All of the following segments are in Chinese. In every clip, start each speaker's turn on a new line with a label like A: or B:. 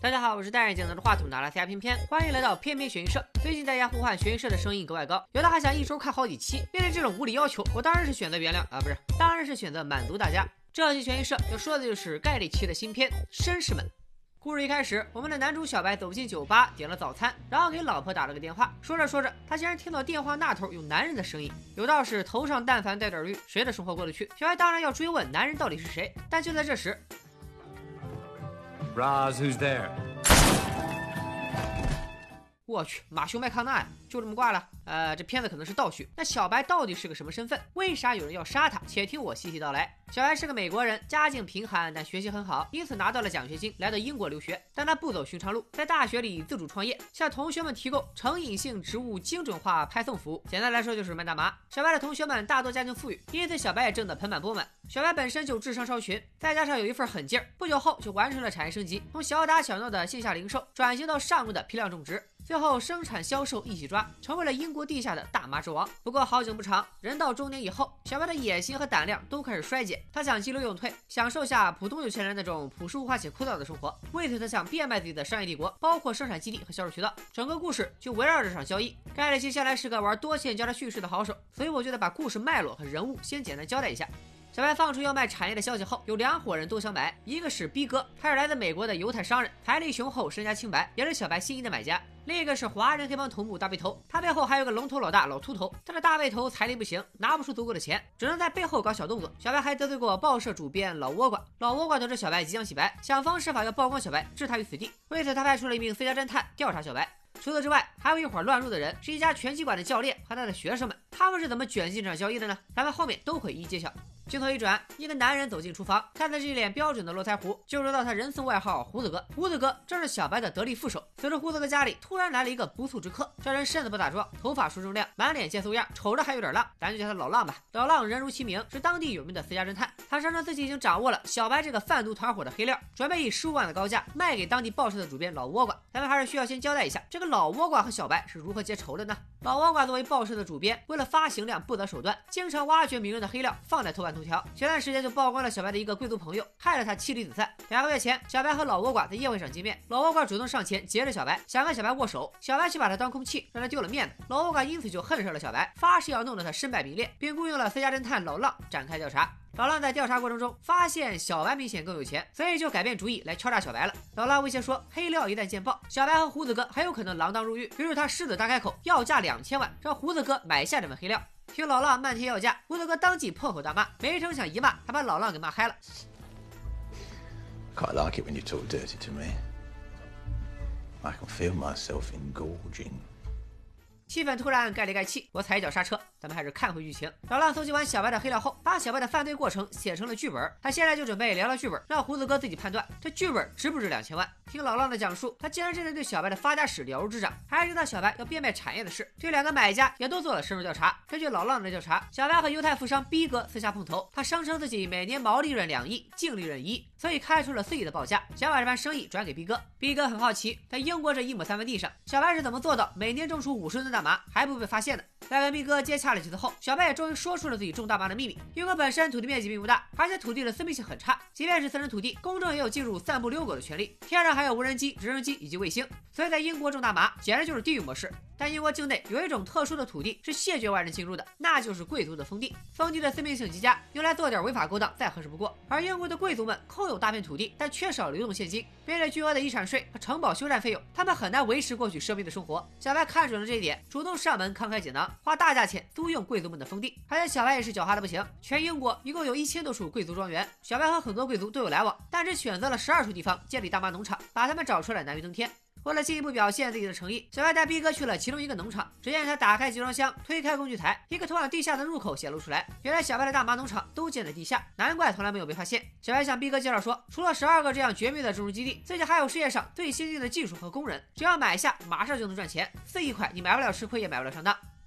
A: 大家好，我是戴眼镜拿着话筒拿了 CR 片片，欢迎来到片片悬疑社。最近大家呼唤悬疑社的声音格外高，有的还想一周看好几期。面对这种无理要求，我当然是选择原谅啊，不是，当然是选择满足大家。这期悬疑社要说的就是盖里奇的新片《绅士们》。故事一开始，我们的男主小白走进酒吧，点了早餐，然后给老婆打了个电话。说着说着，他竟然听到电话那头有男人的声音。有道是头上但凡带点绿，谁的生活过得去？小白当然要追问男人到底是谁。但就在这时
B: Roz, who's there?
A: 我去，马修麦康纳呀，就这么挂了。这片子可能是倒叙。那小白到底是个什么身份？为啥有人要杀他？且听我细细道来。小白是个美国人，家境贫寒，但学习很好，因此拿到了奖学金，来到英国留学。但他不走寻常路，在大学里自主创业，向同学们提供成瘾性植物精准化派送服务。简单来说就是卖大麻。小白的同学们大多家境富裕，因此小白也挣得盆满钵满。小白本身就智商超群，再加上有一份狠劲儿，不久后就完成了产业升级，从小打小闹的线下零售转型到上路的批量种植。最后生产销售一起抓，成为了英国地下的大麻之王。不过好景不长，人到中年以后，小白的野心和胆量都开始衰减。他想急流勇退，享受下普通有钱人那种朴实无华且枯燥的生活。为此，他想变卖自己的商业帝国，包括生产基地和销售渠道。整个故事就围绕着这场交易。盖里奇向来是个玩多线交叉叙事的好手，所以我觉得把故事脉络和人物先简单交代一下。小白放出要卖产业的消息后，有两伙人都想买，一个是逼哥，他是来自美国的犹太商人，财力雄厚，身家清白，也是小白心仪的买家；另一个是华人黑帮头目大背头，他背后还有个龙头老大老秃头，但是大背头财力不行，拿不出足够的钱，只能在背后搞小动作。小白还得罪过报社主编老倭瓜，老倭瓜得知小白即将洗白，想方设法要曝光小白，置他于死地。为此，他派出了一名私家侦探调查小白。除此之外，还有一伙乱入的人，是一家拳击馆的教练和他的学生们。他们是怎么卷进这场交易的呢？咱们后面都会一一揭晓。镜头一转，一个男人走进厨房，看的是一脸标准的络腮胡，就知道他人送外号胡子哥。胡子哥正是小白的得力副手。此时胡子哥家里突然来了一个不速之客，这人身子不打桩，头发梳正亮，满脸贱嗖样，瞅着还有点浪，咱就叫他老浪吧。老浪人如其名，是当地有名的私家侦探。他声称自己已经掌握了小白这个贩毒团伙的黑料，准备以15万的高价卖给当地报社的主编老倭瓜。咱们还是需要先交代一下，这个老倭瓜和小白是如何结仇的呢？老倭瓜作为报社的主编，为了发行量不择手段，经常挖掘名人的黑料放在头版头条。前段时间就曝光了小白的一个贵族朋友，害了他妻离子散。2个月前，小白和老倭瓜在宴会上见面，老倭瓜主动上前截着小白，想跟小白握手，小白却把他当空气，让他丢了面子。老倭瓜因此就恨上了小白，发誓要弄得他身败名裂，并雇佣了私家侦探老浪展开调查。老浪在调查过程中发现小白明显更有钱，所以就改变主意来敲诈小白了。老浪威胁说，黑料一旦见报，小白和胡子哥很有可能锒铛入狱，于是他狮子大开口，要价2000万，让胡子哥买下这份黑料。听老浪漫天要价，胡子哥当即破口大骂，没成想一骂，他把老浪给骂嗨了。
C: Quite like it when you talk dirty to me. I can feel myself engorging.
A: 气氛突然盖里盖气，我踩一脚刹车。咱们还是看回剧情。老浪搜集完小白的黑料后，把小白的犯罪过程写成了剧本。他现在就准备聊聊剧本，让胡子哥自己判断这剧本值不值2000万。听老浪的讲述，他竟然真的对小白的发家史了如指掌，还知道小白要变卖产业的事，对2个买家也都做了深入调查。根据老浪的调查，小白和犹太富商逼哥私下碰头，他声称自己每年毛利润2亿，净利润1亿，所以开出了4亿的报价，想把这盘生意转给逼哥。逼哥很好奇，在英国这1亩3分地上，小白是怎么做到每年种出50吨大麻还不被发现的？在跟逼哥接洽了几次后，小白也终于说出了自己种大麻的秘密。英国本身土地面积并不大，而且土地的私密性很差，即便是私人土地，公众也有进入散布遛狗的权利。天上还有无人机、直升机以及卫星，所以在英国种大麻简直就是地狱模式。但英国境内有一种特殊的土地是谢绝外人进入的，那就是贵族的封地。封地的私密性极佳，用来做点违法勾当再合适不过。而英国的贵族们空有大片土地，但缺少流动现金，面对巨额的遗产税和城堡修缮费用，他们很难维持过去奢靡的生活。小白看准了这一点，主动上门慷慨解囊，花大价钱租用贵族们的封地。而且小白也是狡猾的不行，全英国一共有1000多处贵族庄园，小白和很多贵族都有来往，但只选择了12处地方建立大麻农场，把他们找出来难于登天。为了进一步表现自己的诚意，小白带逼哥去了其中一个农场。只见他打开集装箱，推开工具台，一个通往地下的入口显露出来。原来小白的大麻农场都建在地下，难怪从来没有被发现。小白向逼哥介绍说，除了12个这样绝密的种植基地，自己还有世界上最先进的技术和工人，只要买下，马上就能赚钱。4亿块，你买不了吃亏，也买不了上当。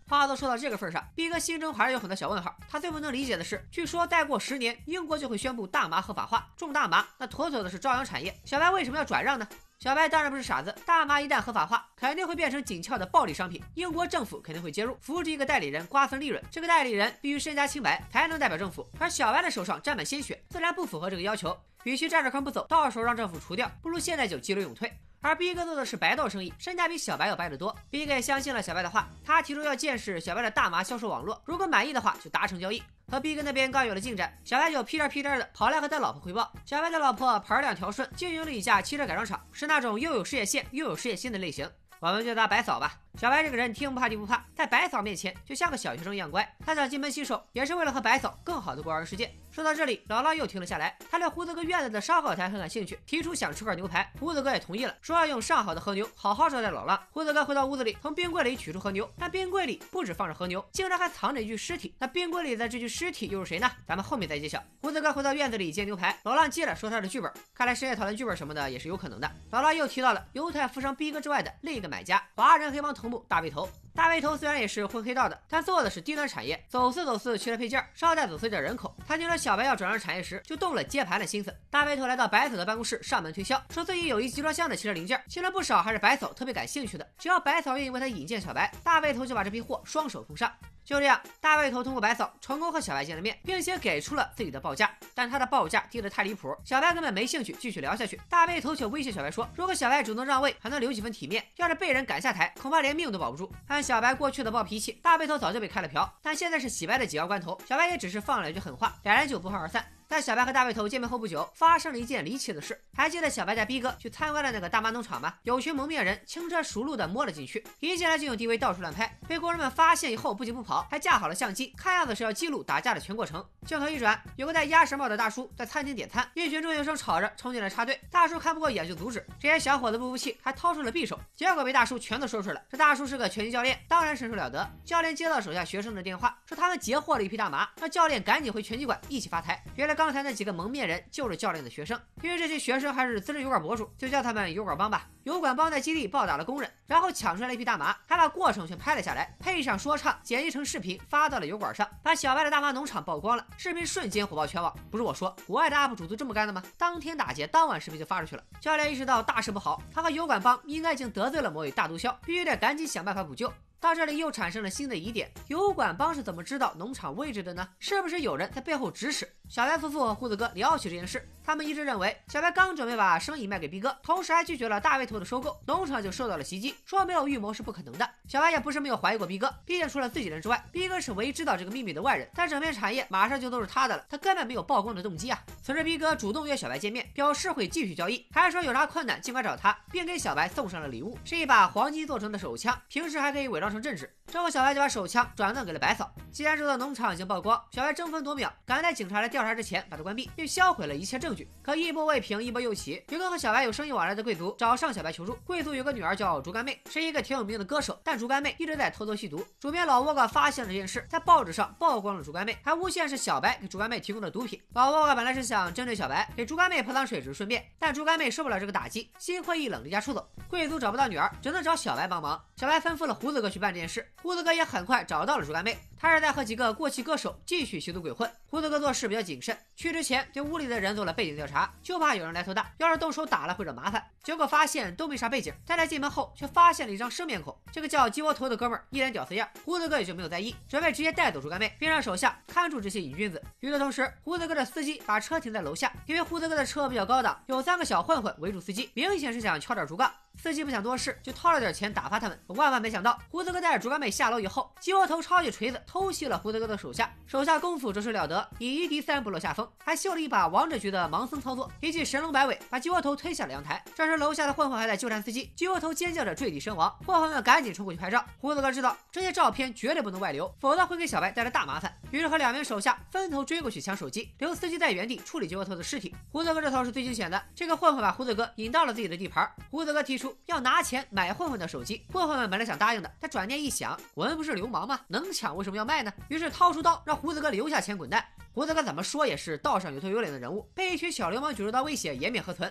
A: 话都说到这个份上，逼哥心中还是有很多小问号。他最不能理解的是，据说再过10年，英国就会宣布大麻合法化，种大麻那妥妥的是朝阳产业。小白为什么要转让呢？小白当然不是傻子，大麻一旦合法化，肯定会变成紧俏的暴利商品，英国政府肯定会介入，扶持一个代理人瓜分利润。这个代理人必须身家清白，才能代表政府，而小白的手上沾满鲜血，自然不符合这个要求。与其占着坑不走，到时候让政府除掉，不如现在就急流勇退。而逼哥做的是白道生意，身价比小白要白得多。逼哥也相信了小白的话，他提出要见识小白的大麻销售网络，如果满意的话就达成交易。和逼哥那边刚有了进展，小白就屁颠屁颠的跑来和他老婆汇报。小白的老婆牌两条顺，经营了一家汽车改装厂，是那种又有事业线又有事业心的类型。我们就叫他白嫂吧。小白这个人天不怕地不怕，在白嫂面前就像个小学生一样乖。他想金盆洗手，也是为了和白嫂更好的过二人世界。说到这里，姥姥又停了下来。他对胡子哥院子的烧烤台很感兴趣，提出想吃块牛排。胡子哥也同意了，说要用上好的和牛好好招待姥姥。胡子哥回到屋子里，从冰柜里取出和牛，但冰柜里不止放着和牛，竟然还藏着一具尸体。那冰柜里的这具尸体又是谁呢？咱们后面再揭晓。胡子哥回到院子里煎牛排，老浪接着说他的剧本，看来深夜讨论剧本什么的也是有可能的。老浪又提到了犹太富商逼哥之外的另一个买家，华人黑帮头目大背头。大背头虽然也是混黑道的，但做的是低端产业，走私缺了配件，捎带走私点人口。他听说小白要转让产业时，就动了接盘的心思。大背头来到白嫂的办公室上门推销，说自己有一集装箱的汽车零件，其中不少还是白嫂特别感兴趣的，只要白嫂愿意为他引荐小白，大背头就把这批货双手奉上。就这样，大背头通过白嫂成功和小白见了面，并且给出了自己的报价，但他的报价低得太离谱，小白根本没兴趣继续聊下去。大背头却威胁小白说，如果小白主动让位，还能留几分体面，要是被人赶下台，恐怕连命都保不住。按小白过去的暴脾气，大背头早就被开了瓢，但现在是洗白的紧要关头，小白也只是放了一句狠话，两人就不欢而散。在小白和大背头见面后不久，发生了一件离奇的事。还记得小白带逼哥去参观了那个大麻农场吗？有群蒙面人轻车熟路的摸了进去，一进来就用 DV 到处乱拍，被工人们发现以后不仅不跑，还架好了相机，看样子是要记录打架的全过程。镜头一转，有个戴鸭舌帽的大叔在餐厅点餐，一群中学生吵着冲进来插队，大叔看不过眼就阻止，这些小伙子不服气，还掏出了匕首，结果被大叔全都说出来了。这大叔是个拳击教练，当然身手了得。教练接到手下学生的电话，说他们截获了一批大麻，让教练赶紧回拳击馆一起发财。原来刚才那几个蒙面人就是教练的学生，因为这些学生还是资深油管博主，就叫他们油管帮吧。油管帮在基地暴打了工人，然后抢出来了一批大麻，还把过程全拍了下来，配上说唱，剪辑成视频发到了油管上，把小白的大麻农场曝光了。视频瞬间火爆全网。不是我说，国外的 UP 主都这么干的吗？当天打劫，当晚视频就发出去了。教练意识到大事不好，他和油管帮应该已经得罪了某位大毒枭，必须得赶紧想办法补救。到这里又产生了新的疑点，油管帮是怎么知道农场位置的呢？是不是有人在背后指使？小白夫妇和胡子哥聊起这件事，他们一致认为小白刚准备把生意卖给逼哥，同时还拒绝了大背头的收购，农场就受到了袭击，说没有预谋是不可能的。小白也不是没有怀疑过逼哥，毕竟除了自己人之外，逼哥是唯一知道这个秘密的外人，但整片产业马上就都是他的了，他根本没有曝光的动机啊。此时逼哥主动约小白见面，表示会继续交易，还说有啥困难尽管找他，并给小白送上了礼物，是一把黄金做成的手枪，平时还可以伪装成正直。之后小白就把手枪转赠给了白嫂。既然知道农场已经曝光，小白争分夺秒，赶在警察来调查之前把它关闭，并销毁了一切证据。可一波未平一波又起，有个和小白有生意往来的贵族找上小白求助。贵族有个女儿叫竹竿妹，是一个挺有名的歌手，但竹竿妹一直在偷偷吸毒。主编老倭瓜发现了这件事，在报纸上曝光了竹竿妹，还诬陷是小白给竹竿妹提供的毒品。老倭瓜本来是想针对小白，给竹竿妹泼脏水只是顺便，但竹竿妹受不了这个打击，心灰意冷，离家出走。贵族找不到女儿，只能找小白帮忙。小白吩咐了胡子哥去办这件事，胡子哥也很快找到了竹竿妹，他是在和几个过气歌手继续吸毒鬼混。胡子哥做事比较谨慎，去之前对屋里的人做了背景调查，就怕有人来头大，要是动手打了会惹麻烦。结果发现都没啥背景，但在进门后却发现了一张生面孔，这个叫鸡窝头的哥们儿一脸屌丝样，胡子哥也就没有在意，准备直接带走竹竿妹，并让手下看住这些瘾君子。与此同时，胡子哥的司机把车停在楼下，因为胡子哥的车比较高档，有3个小混混围住司机，明显是想敲点竹杠。司机不想多事，就掏了点钱打发他们。万万没想到，胡子哥带着竹竿妹下楼以后，鸡窝头抄起锤子偷袭了胡子哥的手下，手下功夫着实了得，以一敌3不落下风，还秀了一把王者局的盲僧操作，一记神龙摆尾把鸡窝头推下了阳台。这时楼下的混混还在纠缠司机，鸡窝头尖叫着坠地身亡，混混们赶紧冲过去拍照。胡子哥知道这些照片绝对不能外流，否则会给小白带来大麻烦，于是和2名手下分头追过去抢手机，留司机在原地处理鸡窝头的尸体。胡子哥这头是最惊险的，这个混混把胡子哥引到了自己的地盘，胡子哥提出要拿钱买混混的手机，混混们本来想答应的，但转念一想，我们不是流氓吗？能抢为什么要卖呢？于是掏出刀让胡子哥留下钱滚蛋。胡子哥怎么说也是道上有头有脸的人物，被一群小流氓举着刀威胁，颜面何存？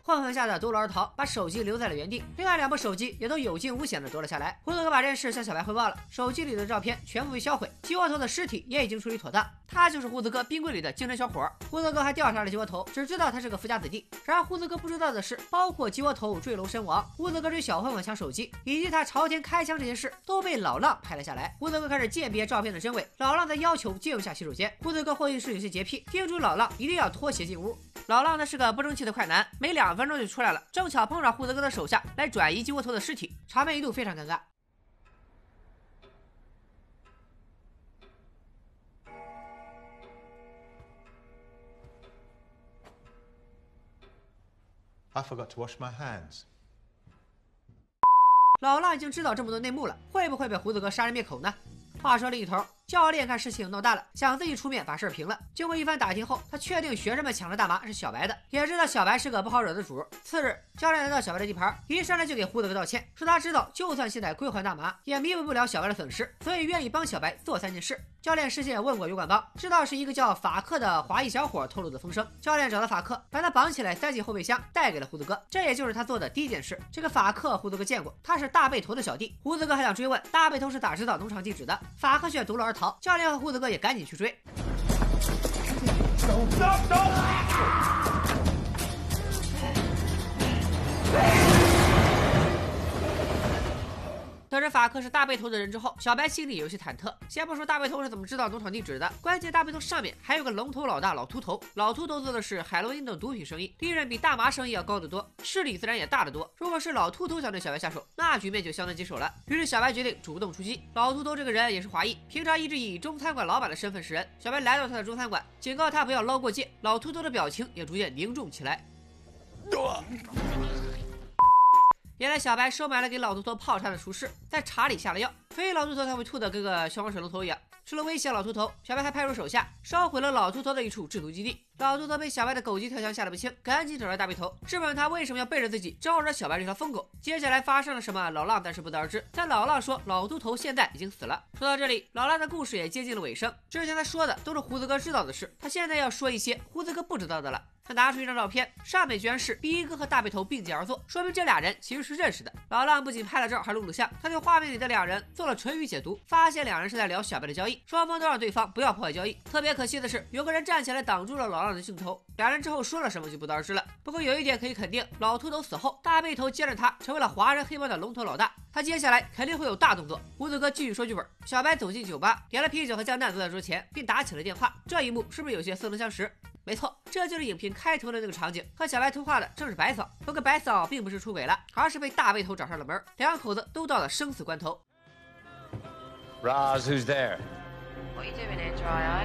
A: 混混下的夺路而逃，把手机留在了原地。另外2部手机也都有惊无险的夺了下来。胡子哥把这件事向小白汇报了，手机里的照片全部被销毁，鸡窝头的尸体也已经处理妥当。他就是胡子哥冰柜里的精神小伙。胡子哥还调查了鸡窝头，只知道他是个富家子弟。然而胡子哥不知道的是，包括鸡窝头坠楼身亡、胡子哥追小混混抢手机，以及他朝天开枪这件事，都被老浪拍了下来。胡子哥开始鉴别照片的真伪，老浪在要求进下洗手间。胡子哥或许是有些洁癖，叮嘱老浪一定要脱鞋进屋。老浪呢是个不争气的快男，没2分钟就出来了，正巧碰上胡子哥的手下来转移鸡窝头的尸体，场面一度非常尴尬。
C: I forgot to wash my hands.
A: 老浪已经知道这么多内幕了，会不会被胡子哥杀人灭口呢？话说另一头，教练看事情闹大了，想自己出面把事儿平了。经过一番打听后，他确定学生们抢的大麻是小白的，也知道小白是个不好惹的主。次日，教练来到小白的地盘，一上来就给胡子哥道歉，说他知道就算现在归还大麻，也弥补不了小白的损失，所以愿意帮小白做3件事。教练事先也问过油管帮，知道是一个叫法克的华裔小伙透露的风声。教练找到法克，把他绑起来塞进后备箱，带给了胡子哥。这也就是他做的第1件事。这个法克胡子哥见过，他是大背头的小弟。胡子哥还想追问大背头是咋知道农场地址的，法克却夺路而逃。教练和胡子哥也赶紧去追。得知法克是大背头的人之后，小白心里有些忐忑。先不说大背头是怎么知道农场地址的，关键大背头上面还有个龙头老大老秃头。老秃头做的是海洛因等毒品生意，利润比大麻生意要高得多，势力自然也大得多。如果是老秃头想对小白下手，那局面就相当棘手了。于是小白决定主动出击。老秃头这个人也是华裔，平常一直以中餐馆老板的身份示人。小白来到他的中餐馆，警告他不要捞过界。老秃头的表情也逐渐凝重起来。原来小白收买了给老秃头泡茶的厨师，在茶里下了药，所以老秃头才会吐得跟个消防水龙头一样。除了威胁老秃头，小白还派出手下烧毁了老秃头的一处制毒基地。老秃头被小白的狗急跳墙吓得不轻，赶紧找来大背头，质问他为什么要背着自己招惹小白这条疯狗。接下来发生了什么，老浪暂时不得而知，但老浪说老秃头现在已经死了。说到这里，老浪的故事也接近了尾声。之前他说的都是胡子哥知道的事，他现在要说一些胡子哥不知道的了。他拿出一张照片，上面居然是逼哥和大背头并肩而坐，说明这俩人其实是认识的。老浪不仅拍了照，还录了像，他对画面里的2人做了唇语解读，发现2人是在聊小白的交易，双方都让对方不要破坏交易。特别可惜的是，有个人站起来挡住了老浪的镜头，2人之后说了什么就不得而知了。不过有一点可以肯定，老秃头死后，大背头接着他成为了华人黑帮的龙头老大，他接下来肯定会有大动作。胡子哥继续说剧本，小白走进酒吧，点了啤酒和酱蛋，坐在桌前，并打起了电话。这一幕是不是有些似曾相识？没错，这就是影片开头的那个场景。和小白通话的正是白嫂，不过白嫂并不是出轨了，而是被大背头找上了门，2口子都到了生死关头。
B: Roz, who's there?
D: What you doing here, dry eye?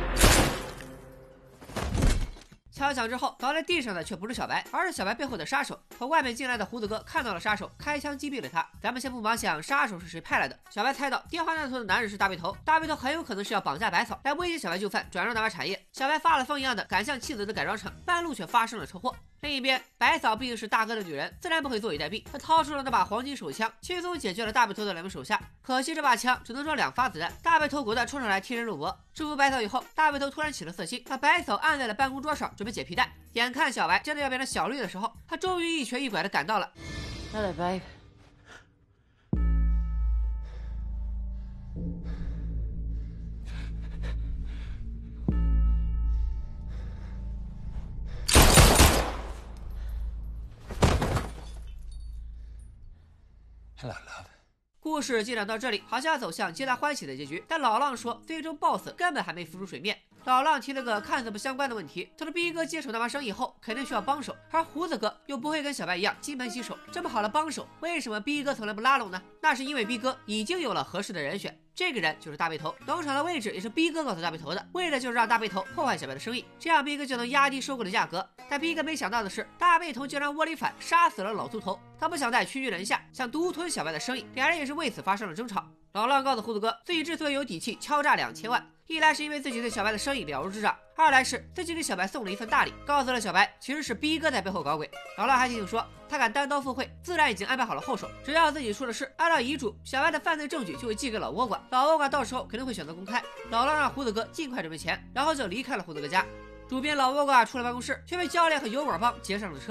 A: 敲响之后，倒在地上的却不是小白，而是小白背后的杀手。从外面进来的胡子哥看到了杀手，开枪击毙了他。咱们先不忙想杀手是谁派来的，小白猜到电话那头的男人是大背头，大背头很有可能是要绑架白嫂，来威胁小白就范，转让大麻产业。小白发了疯一样的赶向妻子的改装厂，半路却发生了车祸。另一边，白嫂毕竟是大哥的女人，自然不会坐以待毙。她掏出了那把黄金手枪，轻松解决了大背头的2名手下。可惜这把枪只能装2发子弹，大背头果断冲上来替人肉搏。制服白嫂以后，大背头突然起了色心，把白嫂按在了办公桌上，准备解皮带。眼看小白真的要变成小绿的时候，他终于一瘸一拐的赶到了。
D: Hello, babe.
C: Hello, love.
A: 故事进展到这里，好像要走向皆大欢喜的结局，但老浪说最终 BOSS 根本还没浮出水面。老浪提了个看似不相关的问题，他说逼哥接手大麻生意后肯定需要帮手，而胡子哥又不会跟小白一样金盆洗手，这么好的帮手，为什么逼哥从来不拉拢呢？那是因为逼哥已经有了合适的人选，这个人就是大背头。农场的位置也是逼哥告诉大背头的，为的就是让大背头破坏小白的生意，这样逼哥就能压低收购的价格。但逼哥没想到的是，大背头竟然窝里反杀死了老秃头，他不想再屈居人下，想独吞小白的生意，2人也是为此发生了争吵。老浪告诉胡子哥，自己之所以有底气敲诈2000万，一来是因为自己对小白的生意了如指掌，二来是自己给小白送了一份大礼，告诉了小白其实是逼哥在背后搞鬼。老浪还提醒说，他敢单刀赴会，自然已经安排好了后手，只要自己出了事，按照遗嘱，小白的犯罪证据就会寄给老倭瓜，老倭瓜到时候肯定会选择公开。老浪让胡子哥尽快准备钱，然后就离开了胡子哥家。主编老倭瓜出了办公室，却被教练和油管帮截上了车。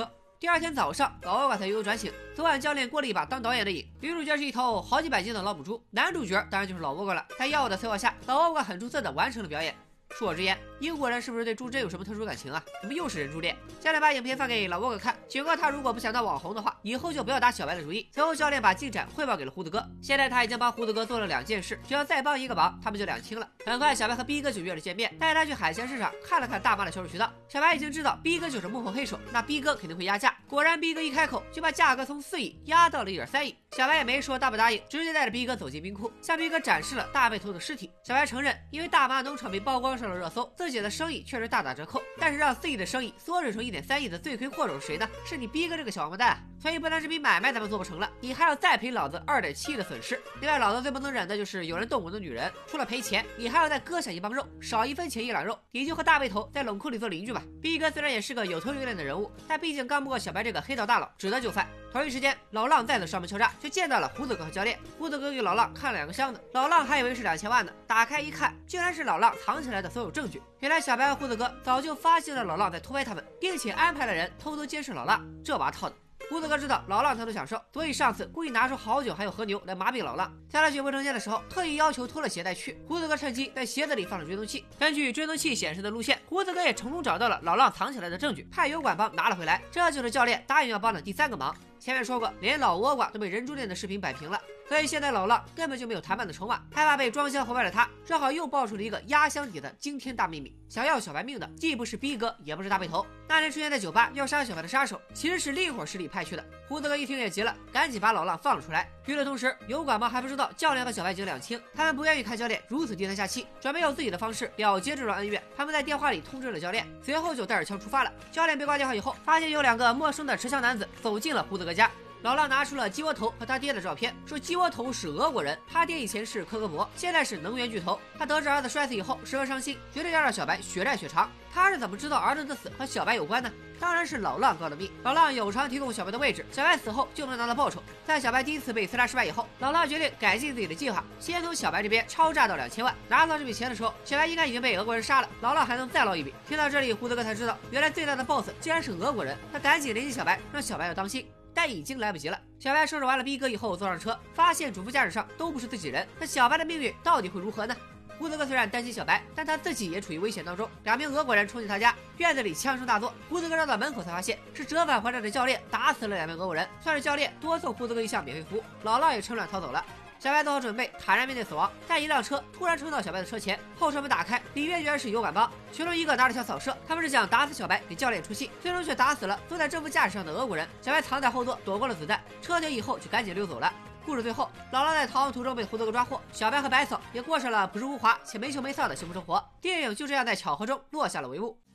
A: 第二天早上，老倭瓜才悠悠转醒。昨晚教练过了一把当导演的瘾，女主角是一头好几百斤的老母猪，男主角当然就是老倭瓜了。在药物的催化下，老倭瓜很出色的完成了表演。恕我直言，英国人是不是对猪真有什么特殊感情啊？怎么又是人猪恋？教练把影片放给老倭瓜看，警告他如果不想当网红的话，以后就不要打小白的主意。随后教练把进展汇报给了胡子哥，现在他已经帮胡子哥做了2件事，只要再帮一个忙，他们就2清了。很快，小白和逼哥就约了见面，带他去海鲜市场看了看大妈的销售渠道。小白已经知道逼哥就是幕后黑手，那逼哥肯定会压价。果然，逼哥一开口就把价格从4亿压到了1.3亿。小白也没说答不答应，直接带着逼哥走进冰库，向逼哥展示了大背头的尸体。小白承认，因为大妈农场被曝光上了热搜，自己的生意确实大打折扣，但是让4亿的生意缩水成1.3亿的罪魁祸首是谁呢？是你逼哥这个小王八蛋啊！所以不单是笔买卖咱们做不成了，你还要再赔老子2.7亿的损失。另外，老子最不能忍的就是有人动我的女人，除了赔钱，你还要再割下一帮肉，少1分钱一两肉，你就和大背头在冷库里做邻居吧。逼哥虽然也是个有头有脸的人物，但毕竟干不过小白这个黑道大佬，只得就范。同一时间，老浪再次上门敲诈，就见到了胡子哥和教练。胡子哥给老浪看了2个箱子，老浪还以为是2000万呢，打开一看，竟然是老浪藏起来的所有证据。原来小白和胡子哥早就发现了老浪在偷拍他们，并且安排了人偷偷监视老浪，这把套的。胡子哥知道老浪贪图享受，所以上次故意拿出好酒还有和牛来麻痹老浪。在他血不成仙的时候，特意要求脱了鞋带去。胡子哥趁机在鞋子里放了追踪器，根据追踪器显示的路线，胡子哥也成功找到了老浪藏起来的证据，派油管帮拿了回来。这就是教练答应要帮的第3个忙。前面说过，连老倭瓜都被人猪恋的视频摆平了，所以现在老浪根本就没有谈判的筹码，害怕被装箱活坏了他，只好又爆出了一个压箱底的惊天大秘密：想要小白命的既不是逼哥，也不是大背头。那天出现在酒吧要杀小白的杀手，其实是另一伙势力派去的。胡子哥一听也急了，赶紧把老浪放了出来。与此同时，油管帮还不知道教练和小白已经2清，他们不愿意看教练如此低三下气，准备用自己的方式了结这段恩怨。他们在电话里通知了教练，随后就带着枪出发了。教练被挂电话以后，发现有2个陌生的持枪男子走进了胡子哥家。老浪拿出了鸡窝头和他爹的照片，说鸡窝头是俄国人，他爹以前是科格勃，现在是能源巨头。他得知儿子摔死以后十分伤心，决定要让小白血债血偿。他是怎么知道儿子的死和小白有关呢？当然是老浪告的密。老浪有偿提供小白的位置，小白死后就能拿到报酬。在小白第1次被刺杀失败以后，老浪决定改进自己的计划，先从小白这边敲诈到2000万。拿到这笔钱的时候，小白应该已经被俄国人杀了，老浪还能再捞一笔。听到这里，胡子哥才知道，原来最大的 boss 竟然是俄国人。他赶紧联系小白，让小白要当心。但已经来不及了。小白收拾完了逼哥以后，坐上车，发现主副驾驶上都不是自己人。那小白的命运到底会如何呢？胡子哥虽然担心小白，但他自己也处于危险当中。2名俄国人冲进他家，院子里枪声大作。胡子哥绕到门口才发现，是折返还债的教练打死了2名俄国人，算是教练多送胡子哥一项免费服务。老浪也趁乱逃走了。小白做好准备，坦然面对死亡。但一辆车突然冲到小白的车前，后车门打开，里面居然是油管帮。其中一个拿着枪扫射，他们是想打死小白，给教练出气，最终却打死了坐在正副驾驶上的俄国人。小白藏在后座，躲过了子弹，车停以后就赶紧溜走了。故事最后，老狼在逃亡途中被胡子哥抓获，小白和白嫂也过上了朴实无华且没羞没臊的幸福生活。电影就这样在巧合中落下了帷幕。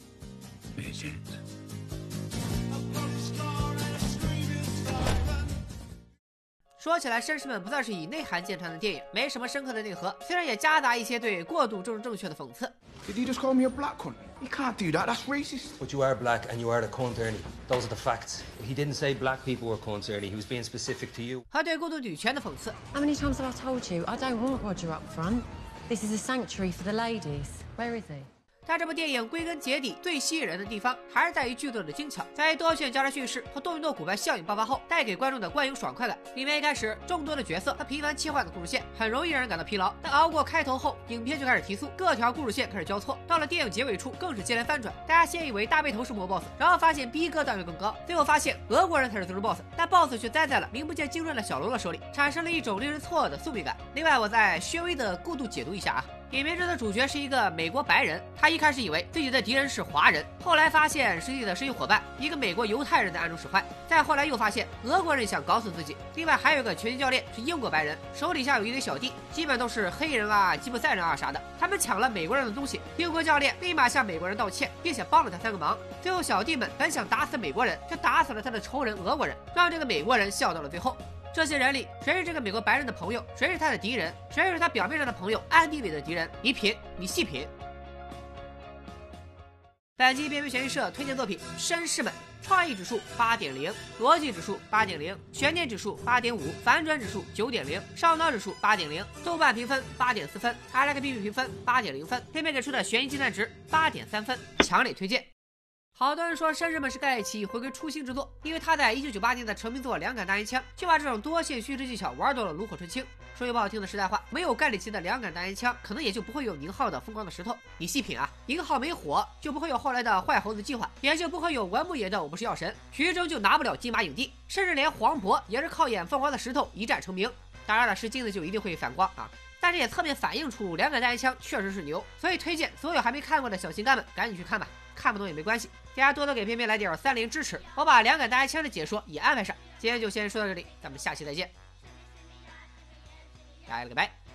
A: 说起来，绅士们不算是以内涵见长的电影，没什么深刻的内核，虽然也夹杂一些对过度政治正确的讽刺。
E: Did you just call me a black cunt? You can't do that. That's racist.
F: But you are black and you are the cunt, Ernie. Those are the facts. He didn't say black people were cunts, Ernie. He was being specific to you.
A: 和对过度女权的讽刺。
D: How many times have I told you I don't want Roger up front? This is a sanctuary for the ladies. Where is he?
A: 但这部电影归根结底最吸引人的地方，还是在于剧作的精巧，在于多线交叉叙事和多云多骨牌效应爆发后，带给观众的观影爽快感。里面一开始众多的角色和频繁切换的故事线，很容易让人感到疲劳。但熬过开头后，影片就开始提速，各条故事线开始交错。到了电影结尾处，更是接连翻转。大家先以为大背头是魔 boss， 然后发现逼哥段位更高，最后发现俄国人才是最终 boss， 但 boss 却栽在了名不见经传的小喽啰手里，产生了一种令人错愕的宿命感。另外，我再稍微的过度解读一下啊。影片中的主角是一个美国白人，他一开始以为自己的敌人是华人，后来发现是自己的生意伙伴，一个美国犹太人在暗中使坏，再后来又发现俄国人想搞死自己。另外还有一个拳击教练是英国白人，手底下有一堆小弟，基本都是黑人啊、吉普赛人啊啥的，他们抢了美国人的东西，英国教练立马向美国人道歉，并且帮了他3个忙。最后小弟们本想打死美国人，却打死了他的仇人俄国人，让这个美国人笑到了最后。这些人里，谁是这个美国白人的朋友，谁是他的敌人，谁是他表面上的朋友，暗地里的敌人？你品，你细品。本期边缘悬疑社推荐作品《绅士们》，创意指数8.0，逻辑指数8.0，悬念指数8.5，反转指数9.0，烧脑指数8.0，豆瓣评分8.4分，IMDb评分8.0分，片片给出的悬疑鸡蛋值8.3分，强烈推荐。 好多人说《绅士们》是盖奇回归初心之作，因为他在1998年的成名作《两杆大烟枪》就把这种多线叙事技巧玩到了炉火纯青。说句不好听的实在话，没有盖里奇的两杆大烟枪，可能也就不会有宁浩的疯狂的石头。你细品啊，宁浩没火，就不会有后来的坏猴子计划，也就不会有文牧野的我不是药神，徐峥就拿不了金马影帝，甚至连黄渤也是靠演疯狂的石头一战成名。当然了，是金子就一定会反光啊。但是也侧面反映出两杆大烟枪确实是牛，所以推荐所有还没看过的小心肝们赶紧去看吧，看不懂也没关系，大家多多给片片来点30支持，我把两杆大烟枪的解说也安排上。今天就先说到这里，咱们下期再见，拜了个拜。